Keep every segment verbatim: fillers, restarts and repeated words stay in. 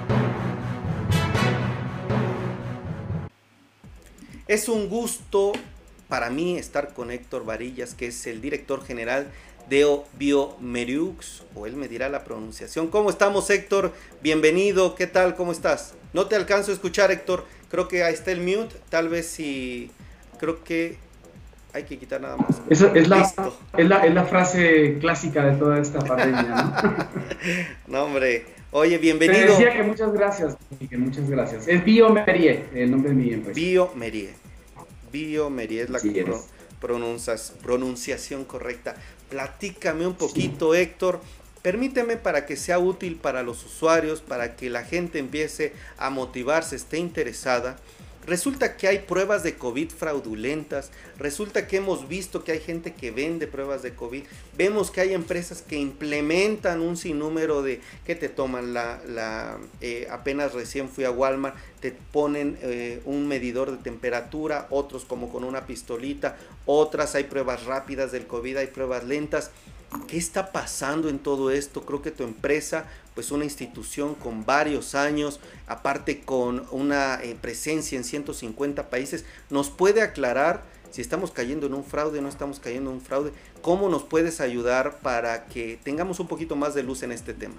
Es un gusto para mí estar con Héctor Varillas, que es el director general de Biomeriux, o él me dirá la pronunciación. ¿Cómo estamos, Héctor? Bienvenido, ¿qué tal? ¿Cómo estás? No te alcanzo a escuchar, Héctor. Creo que ahí está el mute. Tal vez si... Creo que hay que quitar nada más. Esa es la, es, la, es la frase clásica de toda esta pandemia, ¿no? No, hombre. Oye, bienvenido. Te decía que muchas gracias, que muchas gracias. Es Biomerie, el nombre de mi empresa. Biomerie. Biomerie es la sí, pro, pronuncias, pronunciación correcta. Platícame un poquito, sí. Héctor. Permíteme, para que sea útil para los usuarios, para que la gente empiece a motivarse, esté interesada. Resulta que hay pruebas de COVID fraudulentas, resulta que hemos visto que hay gente que vende pruebas de COVID, vemos que hay empresas que implementan un sinnúmero de, que te toman la, la eh, apenas recién fui a Walmart, te ponen eh, un medidor de temperatura, otros como con una pistolita, otras hay pruebas rápidas del COVID, hay pruebas lentas. ¿Qué está pasando en todo esto? Creo que tu empresa, pues una institución con varios años, aparte con una eh, presencia en ciento cincuenta países, ¿nos puede aclarar si estamos cayendo en un fraude, no estamos cayendo en un fraude? ¿Cómo nos puedes ayudar para que tengamos un poquito más de luz en este tema?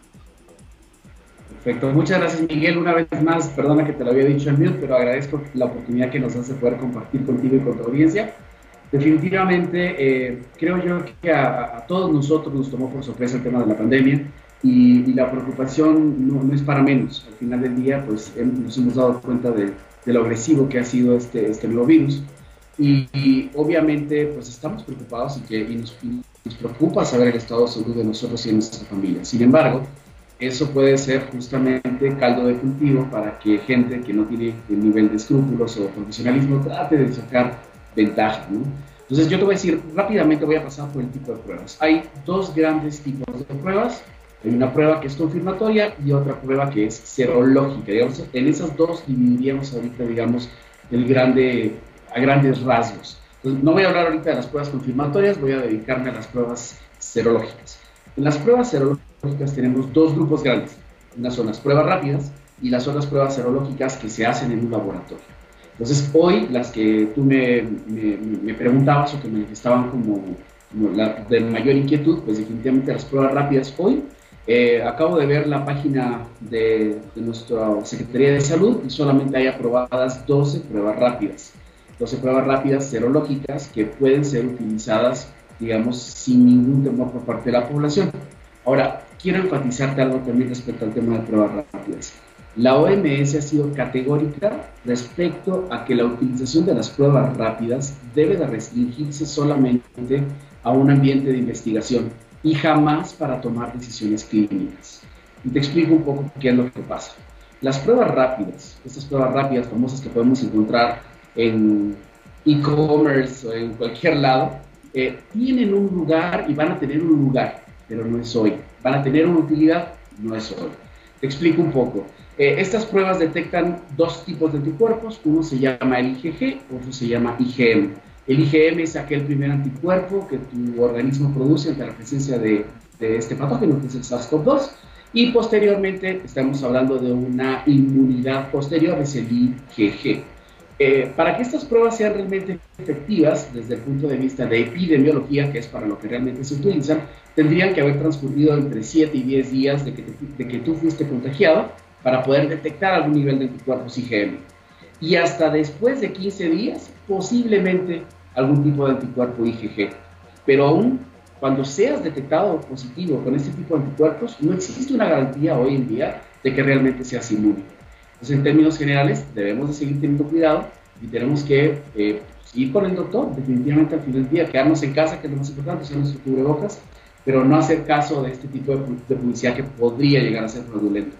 Perfecto, muchas gracias, Miguel. Una vez más, perdona que te lo había dicho en mute, pero agradezco la oportunidad que nos hace poder compartir contigo y con tu audiencia. Definitivamente, eh, creo yo que a, a todos nosotros nos tomó por sorpresa el tema de la pandemia y, y la preocupación no, no es para menos. Al final del día, pues nos hemos dado cuenta de, de lo agresivo que ha sido este, este nuevo virus y, y obviamente pues estamos preocupados y, que, y nos, y nos preocupa saber el estado de salud de nosotros y de nuestra familia. Sin embargo, eso puede ser justamente caldo de cultivo para que gente que no tiene el nivel de escrúpulos o profesionalismo trate de sacar ventaja, ¿no? Entonces yo te voy a decir rápidamente, voy a pasar por el tipo de pruebas. Hay dos grandes tipos de pruebas. Hay una prueba que es confirmatoria y otra prueba que es serológica. Digamos, en esas dos dividiríamos ahorita, digamos, el grande, a grandes rasgos. Entonces, no voy a hablar ahorita de las pruebas confirmatorias, voy a dedicarme a las pruebas serológicas. En las pruebas serológicas tenemos dos grupos grandes. Unas son las pruebas rápidas y las otras pruebas serológicas que se hacen en un laboratorio. Entonces, hoy las que tú me, me, me preguntabas o que manifestaban como, como la de mayor inquietud, pues definitivamente las pruebas rápidas hoy. Eh, acabo de ver la página de, de nuestra Secretaría de Salud y solamente hay aprobadas doce pruebas rápidas. doce pruebas rápidas serológicas que pueden ser utilizadas, digamos, sin ningún temor por parte de la población. Ahora, quiero enfatizarte algo también respecto al tema de pruebas rápidas. La O M S ha sido categórica respecto a que la utilización de las pruebas rápidas debe de restringirse solamente a un ambiente de investigación y jamás para tomar decisiones clínicas. Y te explico un poco qué es lo que pasa. Las pruebas rápidas, estas pruebas rápidas famosas que podemos encontrar en e-commerce o en cualquier lado, eh, tienen un lugar y van a tener un lugar, pero no es hoy. Van a tener una utilidad, no es hoy. Te explico un poco. Eh, estas pruebas detectan dos tipos de anticuerpos, uno se llama el I G G, otro se llama I G M. El I G M es aquel primer anticuerpo que tu organismo produce ante la presencia de, de este patógeno, que es el SARS CoV dos, y posteriormente estamos hablando de una inmunidad posterior, es el I G G. Eh, para que estas pruebas sean realmente efectivas, desde el punto de vista de epidemiología, que es para lo que realmente se utilizan, tendrían que haber transcurrido entre siete y diez días de que, te, de que tú fuiste contagiado para poder detectar algún nivel de anticuerpos I G M. Y hasta después de quince días, posiblemente algún tipo de anticuerpo I G G. Pero aún cuando seas detectado positivo con este tipo de anticuerpos, no existe una garantía hoy en día de que realmente seas inmune. Entonces, en términos generales, debemos de seguir teniendo cuidado y tenemos que eh, ir con el doctor, definitivamente al final del día, quedarnos en casa, que es lo más importante, usar nuestro cubrebocas, pero no hacer caso de este tipo de, de publicidad que podría llegar a ser fraudulenta.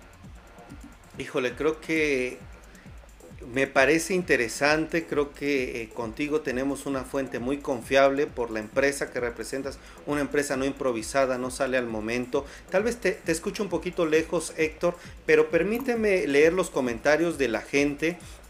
Híjole, creo que me parece interesante, creo que eh, contigo tenemos una fuente muy confiable por la empresa que representas, una empresa no improvisada, no sale al momento. Tal vez te, te escucho un poquito lejos, Héctor, pero permíteme leer los comentarios de la gente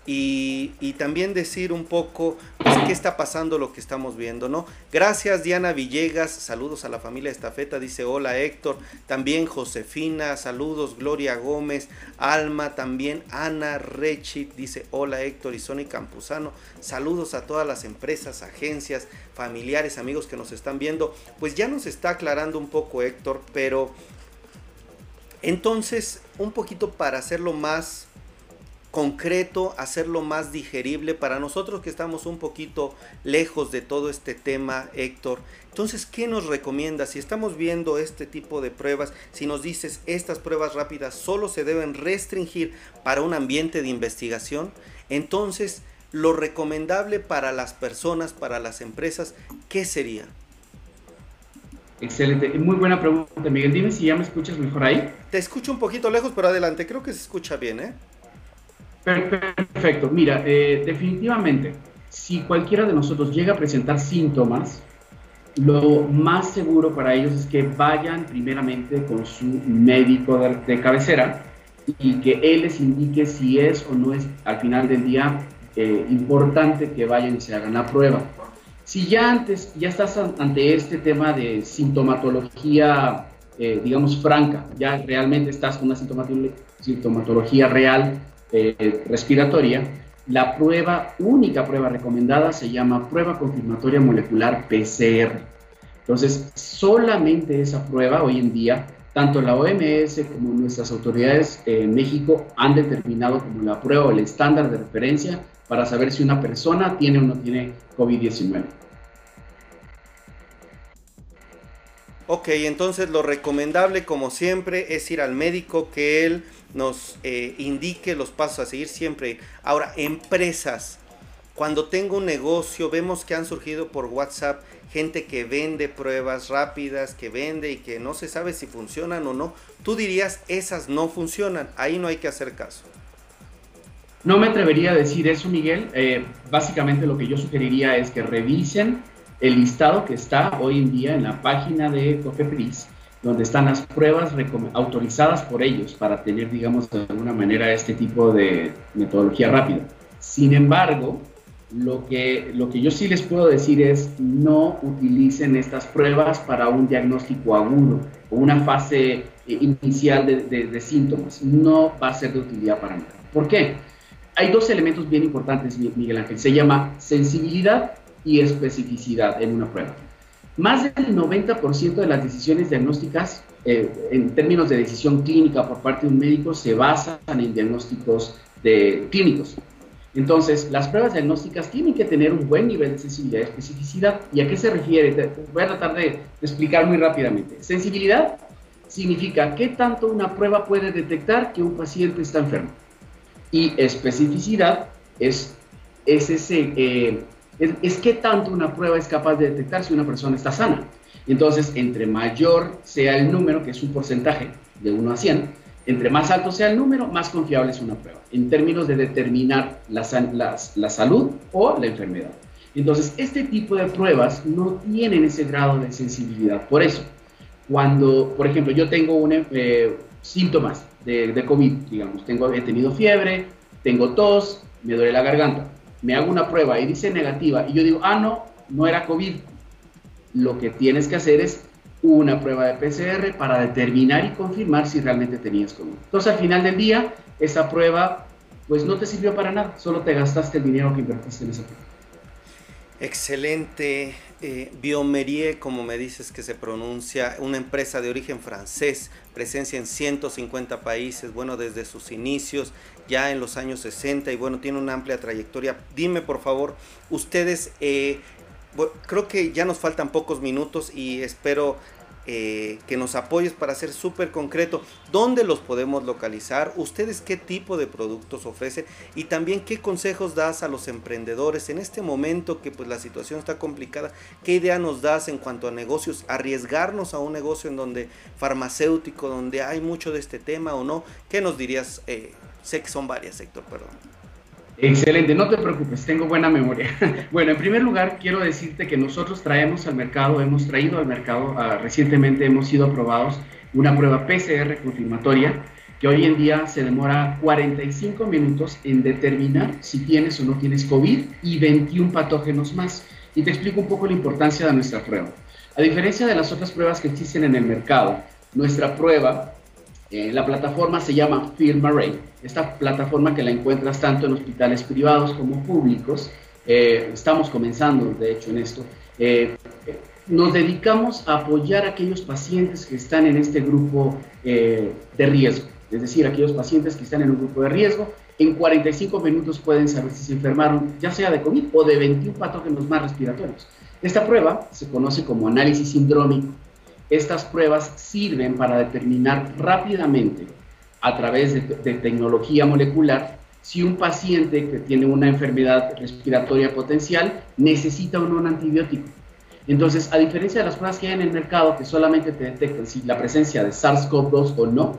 Y, y también decir un poco pues, qué está pasando, lo que estamos viendo, ¿no? Gracias Diana Villegas, saludos a la familia Estafeta, dice hola Héctor, también Josefina, saludos, Gloria Gómez, Alma, también Ana Rechi, dice hola Héctor y Sony Campuzano, saludos a todas las empresas, agencias, familiares, amigos que nos están viendo. Pues ya nos está aclarando un poco Héctor, pero entonces un poquito para hacerlo más concreto, hacerlo más digerible para nosotros que estamos un poquito lejos de todo este tema, Héctor. Entonces, ¿qué nos recomiendas? Si estamos viendo este tipo de pruebas, si nos dices estas pruebas rápidas solo se deben restringir para un ambiente de investigación, entonces lo recomendable para las personas, para las empresas, ¿qué sería? Excelente, muy buena pregunta, Miguel. Dime si ya me escuchas mejor ahí. Te escucho un poquito lejos, pero adelante, creo que se escucha bien, ¿eh? Perfecto, mira, eh, definitivamente, si cualquiera de nosotros llega a presentar síntomas, lo más seguro para ellos es que vayan primeramente con su médico de, de cabecera y que él les indique si es o no es al final del día eh, importante que vayan y se hagan la prueba. Si ya antes, ya estás ante este tema de sintomatología, eh, digamos, franca, ya realmente estás con una sintomatología, sintomatología real, Eh, respiratoria, la prueba, única prueba recomendada se llama prueba confirmatoria molecular P C R. Entonces, solamente esa prueba hoy en día, tanto la O M S como nuestras autoridades eh, en México han determinado como la prueba o el estándar de referencia para saber si una persona tiene o no tiene COVID diecinueve. Ok, entonces lo recomendable como siempre es ir al médico, que él nos eh, indique los pasos a seguir siempre. Ahora, empresas, cuando tengo un negocio, vemos que han surgido por WhatsApp gente que vende pruebas rápidas, que vende y que no se sabe si funcionan o no. Tú dirías, esas no funcionan, ahí no hay que hacer caso. No me atrevería a decir eso, Miguel. Eh, básicamente lo que yo sugeriría es que revisen el listado que está hoy en día en la página de COFEPRIS, donde están las pruebas autorizadas por ellos para tener, digamos, de alguna manera este tipo de metodología rápida. Sin embargo, lo que, lo que yo sí les puedo decir es no utilicen estas pruebas para un diagnóstico agudo o una fase inicial de, de, de síntomas. No va a ser de utilidad para nada. ¿Por qué? Hay dos elementos bien importantes, Miguel Ángel. Se llama sensibilidad y especificidad en una prueba. Más del noventa por ciento de las decisiones diagnósticas, eh, en términos de decisión clínica por parte de un médico, se basan en diagnósticos de, clínicos. Entonces, las pruebas diagnósticas tienen que tener un buen nivel de sensibilidad y especificidad. ¿Y a qué se refiere? Te voy a tratar de, de explicar muy rápidamente. Sensibilidad significa qué tanto una prueba puede detectar que un paciente está enfermo. Y especificidad es, es ese... Eh, Es, es qué tanto una prueba es capaz de detectar si una persona está sana. Entonces, entre mayor sea el número, que es un porcentaje de uno a cien, entre más alto sea el número, más confiable es una prueba, en términos de determinar la, la, la salud o la enfermedad. Entonces, este tipo de pruebas no tienen ese grado de sensibilidad. Por eso, cuando, por ejemplo, yo tengo una, eh, síntomas de, de COVID, digamos, tengo, he tenido fiebre, tengo tos, me duele la garganta, me hago una prueba y dice negativa, y yo digo, ah, no, no era COVID. Lo que tienes que hacer es una prueba de P C R para determinar y confirmar si realmente tenías COVID. Entonces, al final del día, esa prueba, pues no te sirvió para nada, solo te gastaste el dinero que invertiste en esa prueba. Excelente. eh, Biomerie, como me dices que se pronuncia, una empresa de origen francés, presencia en ciento cincuenta países, bueno, desde sus inicios, ya en los años sesenta, y bueno, tiene una amplia trayectoria. Dime, por favor, ustedes, eh, bueno, creo que ya nos faltan pocos minutos y espero eh, que nos apoyes para ser súper concreto. ¿Dónde los podemos localizar? ¿Ustedes qué tipo de productos ofrecen? Y también, ¿qué consejos das a los emprendedores en este momento que pues la situación está complicada? ¿Qué idea nos das en cuanto a negocios? ¿Arriesgarnos a un negocio en donde farmacéutico, donde hay mucho de este tema o no? ¿Qué nos dirías? Eh, sé que son varias, Héctor, perdón. Excelente, no te preocupes, tengo buena memoria. Bueno, en primer lugar, quiero decirte que nosotros traemos al mercado, hemos traído al mercado, uh, recientemente hemos sido aprobados una prueba P C R confirmatoria, que hoy en día se demora cuarenta y cinco minutos en determinar si tienes o no tienes COVID y veintiún patógenos más. Y te explico un poco la importancia de nuestra prueba. A diferencia de las otras pruebas que existen en el mercado, nuestra prueba, eh, la plataforma se llama FilmArray. Esta plataforma que la encuentras tanto en hospitales privados como públicos, eh, estamos comenzando de hecho en esto, eh, nos dedicamos a apoyar a aquellos pacientes que están en este grupo eh, de riesgo. Es decir, aquellos pacientes que están en un grupo de riesgo, en cuarenta y cinco minutos pueden saber si se enfermaron, ya sea de COVID o de veintiún patógenos más respiratorios. Esta prueba se conoce como análisis sindrómico. Estas pruebas sirven para determinar rápidamente, a través de, de tecnología molecular, si un paciente que tiene una enfermedad respiratoria potencial necesita o no un antibiótico. Entonces, a diferencia de las pruebas que hay en el mercado, que solamente te detectan si la presencia de SARS CoV dos o no,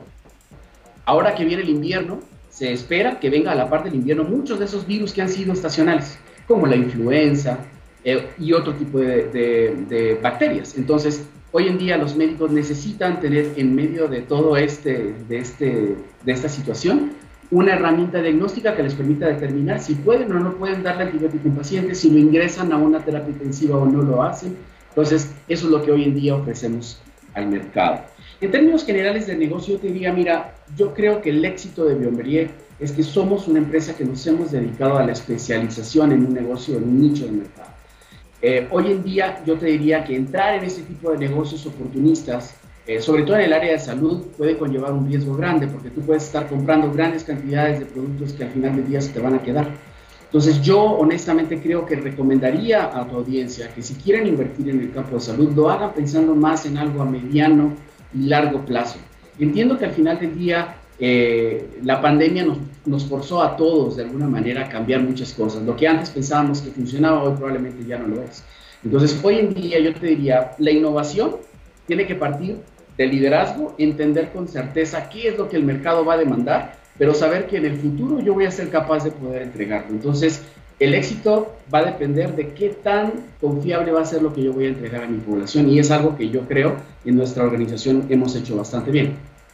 ahora que viene el invierno, se espera que venga a la par del invierno muchos de esos virus que han sido estacionales, como la influenza eh, y otro tipo de, de, de bacterias. Entonces, hoy en día los médicos necesitan tener en medio de todo este, de, este, de esta situación, una herramienta diagnóstica que les permita determinar si pueden o no pueden darle antibiótico a un paciente, si lo ingresan a una terapia intensiva o no lo hacen. Entonces, eso es lo que hoy en día ofrecemos al mercado. En términos generales de negocio, yo te diría, mira, yo creo que el éxito de Biomberiec es que somos una empresa que nos hemos dedicado a la especialización en un negocio, en un nicho de mercado. Eh, hoy en día, yo te diría que entrar en este tipo de negocios oportunistas, Eh, sobre todo en el área de salud, puede conllevar un riesgo grande, porque tú puedes estar comprando grandes cantidades de productos que al final del día se te van a quedar. Entonces yo honestamente creo que recomendaría a tu audiencia que si quieren invertir en el campo de salud, lo hagan pensando más en algo a mediano y largo plazo. Entiendo que al final del día eh, la pandemia nos, nos forzó a todos de alguna manera a cambiar muchas cosas. Lo que antes pensábamos que funcionaba, hoy probablemente ya no lo es. Entonces hoy en día yo te diría, la innovación tiene que partir de liderazgo, entender con certeza qué es lo que el mercado va a demandar, pero saber que en el futuro yo voy a ser capaz de poder entregarlo. Entonces, el éxito va a depender de qué tan confiable va a ser lo que yo voy a entregar a mi población, y es algo que yo creo en nuestra organización hemos hecho bastante bien.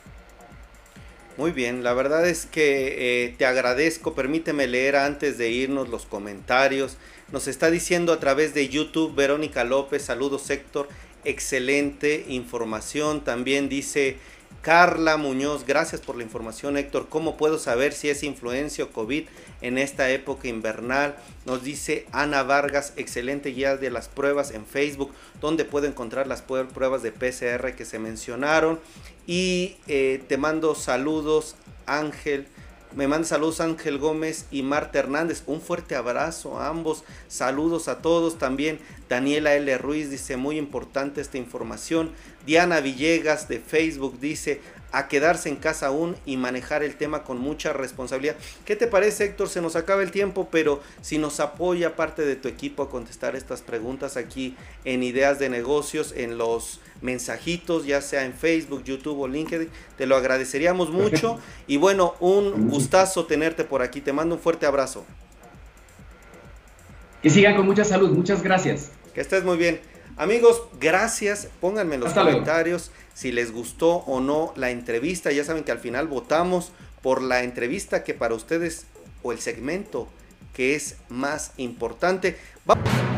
Muy bien, la verdad es que eh, te agradezco. Permíteme leer antes de irnos los comentarios. Nos está diciendo a través de YouTube Verónica López, saludos Héctor, excelente información. También dice Carla Muñoz, gracias por la información Héctor, ¿cómo puedo saber si es influencia o COVID en esta época invernal? Nos dice Ana Vargas, excelente guía de las pruebas en Facebook, donde puedo encontrar las pruebas de P C R que se mencionaron. Y eh, te mando saludos Ángel, me manda saludos Ángel Gómez y Marta Hernández, un fuerte abrazo a ambos, saludos a todos. También Daniela L. Ruiz dice, muy importante esta información. Diana Villegas de Facebook dice, a quedarse en casa aún y manejar el tema con mucha responsabilidad. ¿Qué te parece, Héctor? Se nos acaba el tiempo, pero si nos apoya parte de tu equipo a contestar estas preguntas aquí en Ideas de Negocios, en los mensajitos, ya sea en Facebook, YouTube o LinkedIn, te lo agradeceríamos mucho. Y bueno, un gustazo tenerte por aquí. Te mando un fuerte abrazo. Que sigan con mucha salud. Muchas gracias. Que estés muy bien. Amigos, gracias. Pónganme en los Hasta comentarios luego. Si les gustó o no la entrevista. Ya saben que al final votamos por la entrevista que para ustedes, o el segmento que es más importante. Va